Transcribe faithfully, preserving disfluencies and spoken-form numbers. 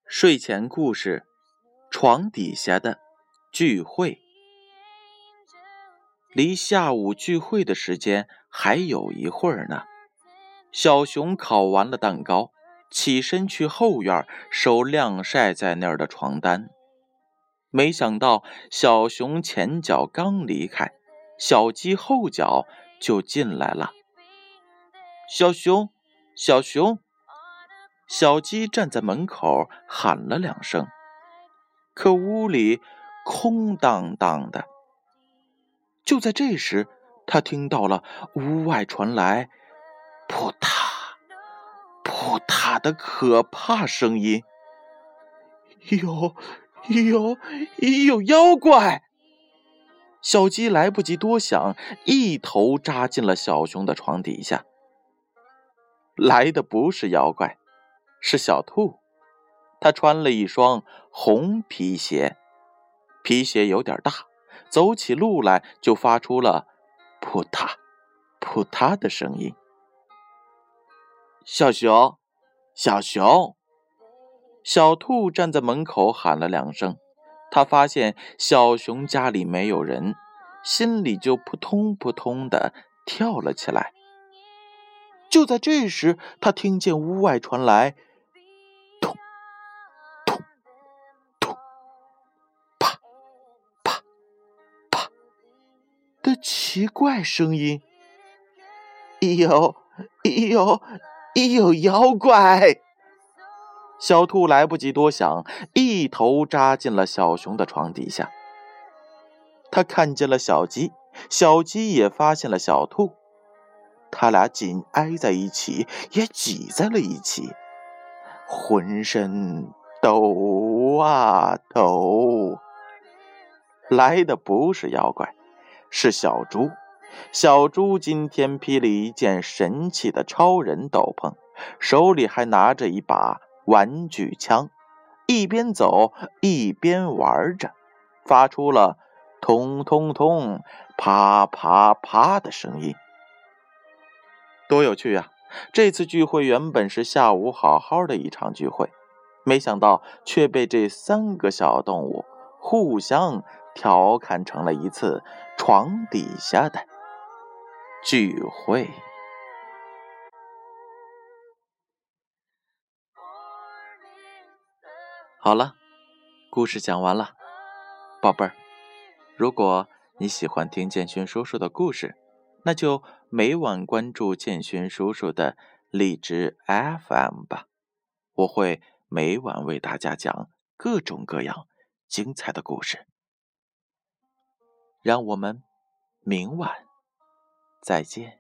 睡前故事：床底下的聚会。离下午聚会的时间还有一会儿呢。小熊烤完了蛋糕，起身去后院收晾晒在那儿的床单。没想到小熊前脚刚离开，小鸡后脚就进来了。小熊，小熊！小鸡站在门口喊了两声，可屋里空荡荡的。就在这时，他听到了屋外传来扑嗒扑嗒的可怕声音。有有有妖怪！小鸡来不及多想，一头扎进了小熊的床底下。来的不是妖怪，是小兔。他穿了一双红皮鞋，皮鞋有点大，走起路来就发出了扑嗒扑嗒的声音。小熊，小熊！小兔站在门口喊了两声，他发现小熊家里没有人，心里就扑通扑通地跳了起来。就在这时，他听见屋外传来咚咚咚啪啪啪的奇怪声音。有有有妖怪！小兔来不及多想，一头扎进了小熊的床底下。他看见了小鸡，小鸡也发现了小兔，他俩紧挨在一起，也挤在了一起，浑身抖啊抖。来的不是妖怪，是小猪。小猪今天披了一件神奇的超人斗篷，手里还拿着一把玩具枪，一边走一边玩着，发出了通通通啪啪啪的声音。多有趣啊！这次聚会原本是下午好好的一场聚会，没想到却被这三个小动物互相调侃成了一次床底下的聚会。好了，故事讲完了。宝贝儿，如果你喜欢听建勋叔叔的故事，那就每晚关注建勋叔叔的荔枝 F M 吧，我会每晚为大家讲各种各样精彩的故事。让我们明晚再见。